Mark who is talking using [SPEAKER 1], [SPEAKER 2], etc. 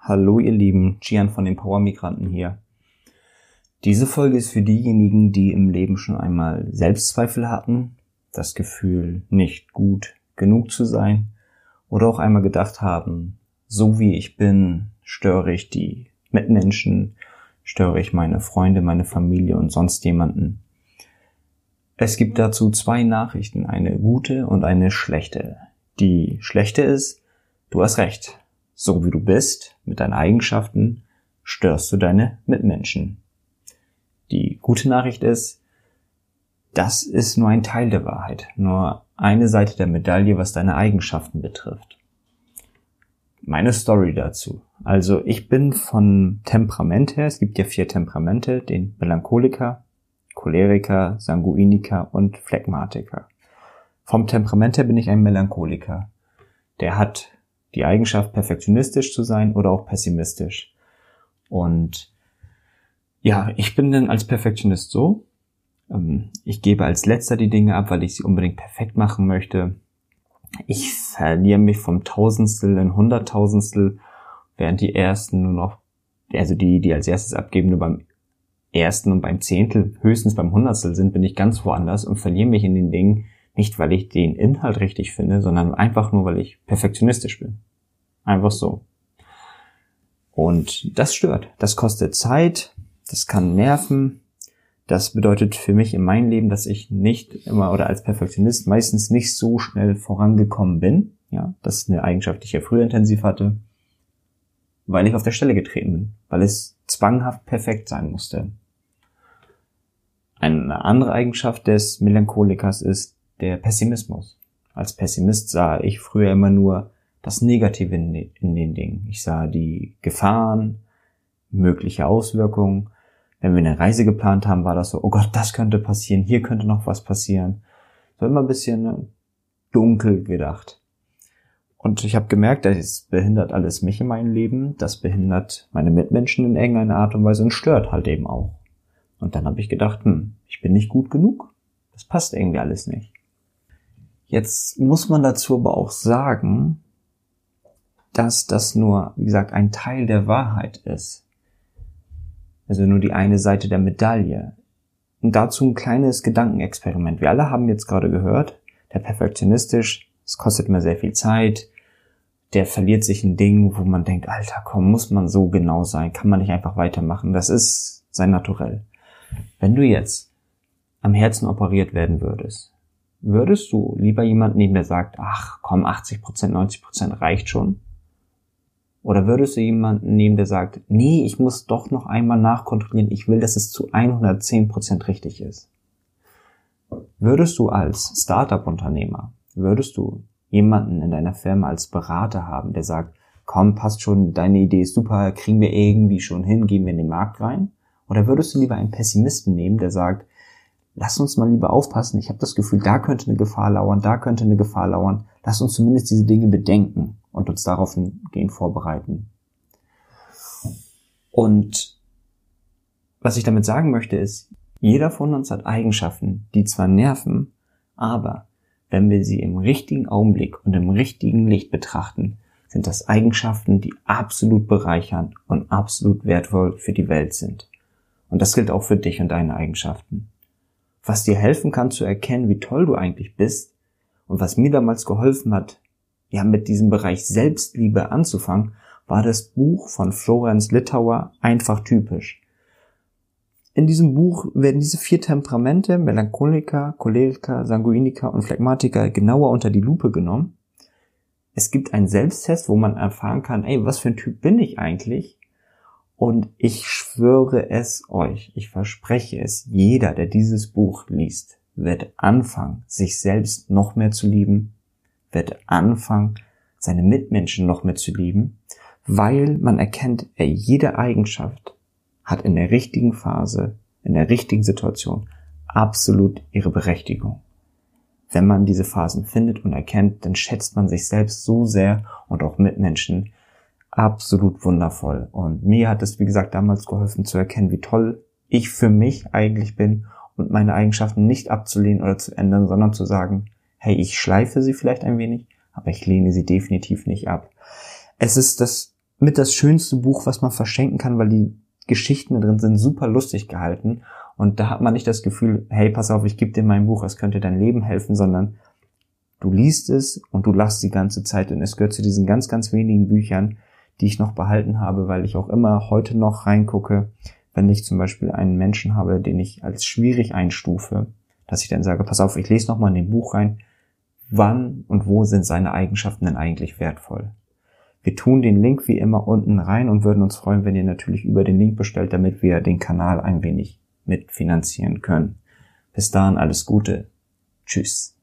[SPEAKER 1] Hallo ihr Lieben, Gian von den Power-Migranten hier. Diese Folge ist für diejenigen, die im Leben schon einmal Selbstzweifel hatten, das Gefühl, nicht gut genug zu sein oder auch einmal gedacht haben, so wie ich bin, störe ich die Mitmenschen, störe ich meine Freunde, meine Familie und sonst jemanden. Es gibt dazu 2 Nachrichten, eine gute und eine schlechte. Die schlechte ist, du hast recht. So wie du bist, mit deinen Eigenschaften, störst du deine Mitmenschen. Die gute Nachricht ist, das ist nur ein Teil der Wahrheit, nur eine Seite der Medaille, was deine Eigenschaften betrifft. Meine Story dazu. Also ich bin von Temperament her, es gibt ja 4 Temperamente, den Melancholiker, Choleriker, Sanguiniker und Phlegmatiker. Vom Temperament her bin ich ein Melancholiker. Der hat die Eigenschaft, perfektionistisch zu sein oder auch pessimistisch. Und ja, ich bin dann als Perfektionist so. Ich gebe als Letzter die Dinge ab, weil ich sie unbedingt perfekt machen möchte. Ich verliere mich vom Tausendstel in Hunderttausendstel, während die Ersten nur noch, also die als erstes abgeben, nur beim Ersten und beim Zehntel, höchstens beim Hundertstel sind, bin ich ganz woanders und verliere mich in den Dingen, nicht weil ich den Inhalt richtig finde, sondern einfach nur, weil ich perfektionistisch bin. Einfach so. Und das stört. Das kostet Zeit, das kann nerven. Das bedeutet für mich in meinem Leben, dass ich nicht immer oder als Perfektionist meistens nicht so schnell vorangekommen bin. Ja, das ist eine Eigenschaft, die ich ja früher intensiv hatte, weil ich auf der Stelle getreten bin, weil es zwanghaft perfekt sein musste. Eine andere Eigenschaft des Melancholikers ist der Pessimismus. Als Pessimist sah ich früher immer nur das Negative in den Dingen. Ich sah die Gefahren, mögliche Auswirkungen. Wenn wir eine Reise geplant haben, war das so, oh Gott, das könnte passieren, hier könnte noch was passieren. So immer ein bisschen dunkel gedacht. Und ich habe gemerkt, das behindert alles mich in meinem Leben, das behindert meine Mitmenschen in irgendeiner Art und Weise und stört halt eben auch. Und dann habe ich gedacht, ich bin nicht gut genug. Das passt irgendwie alles nicht. Jetzt muss man dazu aber auch sagen, dass das nur, wie gesagt, ein Teil der Wahrheit ist. Also nur die eine Seite der Medaille. Und dazu ein kleines Gedankenexperiment. Wir alle haben jetzt gerade gehört, der perfektionistisch, es kostet mir sehr viel Zeit, der verliert sich in Dingen, wo man denkt, Alter, komm, muss man so genau sein, kann man nicht einfach weitermachen. Das ist sein Naturell. Wenn du jetzt am Herzen operiert werden würdest du lieber jemanden nehmen, der sagt, ach komm, 80%, 90% reicht schon? Oder würdest du jemanden nehmen, der sagt, nee, ich muss doch noch einmal nachkontrollieren, ich will, dass es zu 110% richtig ist? Würdest du als Startup-Unternehmer, würdest du jemanden in deiner Firma als Berater haben, der sagt, komm, passt schon, deine Idee ist super, kriegen wir irgendwie schon hin, gehen wir in den Markt rein? Oder würdest du lieber einen Pessimisten nehmen, der sagt, lass uns mal lieber aufpassen, ich habe das Gefühl, da könnte eine Gefahr lauern, da könnte eine Gefahr lauern, lass uns zumindest diese Dinge bedenken und uns darauf hingehend vorbereiten. Und was ich damit sagen möchte ist, jeder von uns hat Eigenschaften, die zwar nerven, aber wenn wir sie im richtigen Augenblick und im richtigen Licht betrachten, sind das Eigenschaften, die absolut bereichernd und absolut wertvoll für die Welt sind. Und das gilt auch für dich und deine Eigenschaften. Was dir helfen kann zu erkennen, wie toll du eigentlich bist und was mir damals geholfen hat, ja, mit diesem Bereich Selbstliebe anzufangen, war das Buch von Florenz Littauer, Einfach typisch. In diesem Buch werden diese 4 Temperamente, Melancholiker, Choleriker, Sanguiniker und Phlegmatiker, genauer unter die Lupe genommen. Es gibt einen Selbsttest, wo man erfahren kann, was für ein Typ bin ich eigentlich? Und ich schwöre es euch, ich verspreche es, jeder, der dieses Buch liest, wird anfangen, sich selbst noch mehr zu lieben, wird anfangen, seine Mitmenschen noch mehr zu lieben, weil man erkennt, jede Eigenschaft hat in der richtigen Phase, in der richtigen Situation absolut ihre Berechtigung. Wenn man diese Phasen findet und erkennt, dann schätzt man sich selbst so sehr und auch Mitmenschen absolut wundervoll. Und mir hat es, wie gesagt, damals geholfen zu erkennen, wie toll ich für mich eigentlich bin und meine Eigenschaften nicht abzulehnen oder zu ändern, sondern zu sagen, ich schleife sie vielleicht ein wenig, aber ich lehne sie definitiv nicht ab. Es ist das mit das schönste Buch, was man verschenken kann, weil die Geschichten drin sind super lustig gehalten. Und da hat man nicht das Gefühl, hey, pass auf, ich gebe dir mein Buch, es könnte dein Leben helfen, sondern du liest es und du lachst die ganze Zeit. Und es gehört zu diesen ganz, ganz wenigen Büchern, die ich noch behalten habe, weil ich auch immer heute noch reingucke, wenn ich zum Beispiel einen Menschen habe, den ich als schwierig einstufe, dass ich dann sage, pass auf, ich lese nochmal in den Buch rein, wann und wo sind seine Eigenschaften denn eigentlich wertvoll. Wir tun den Link wie immer unten rein und würden uns freuen, wenn ihr natürlich über den Link bestellt, damit wir den Kanal ein wenig mitfinanzieren können. Bis dahin alles Gute. Tschüss.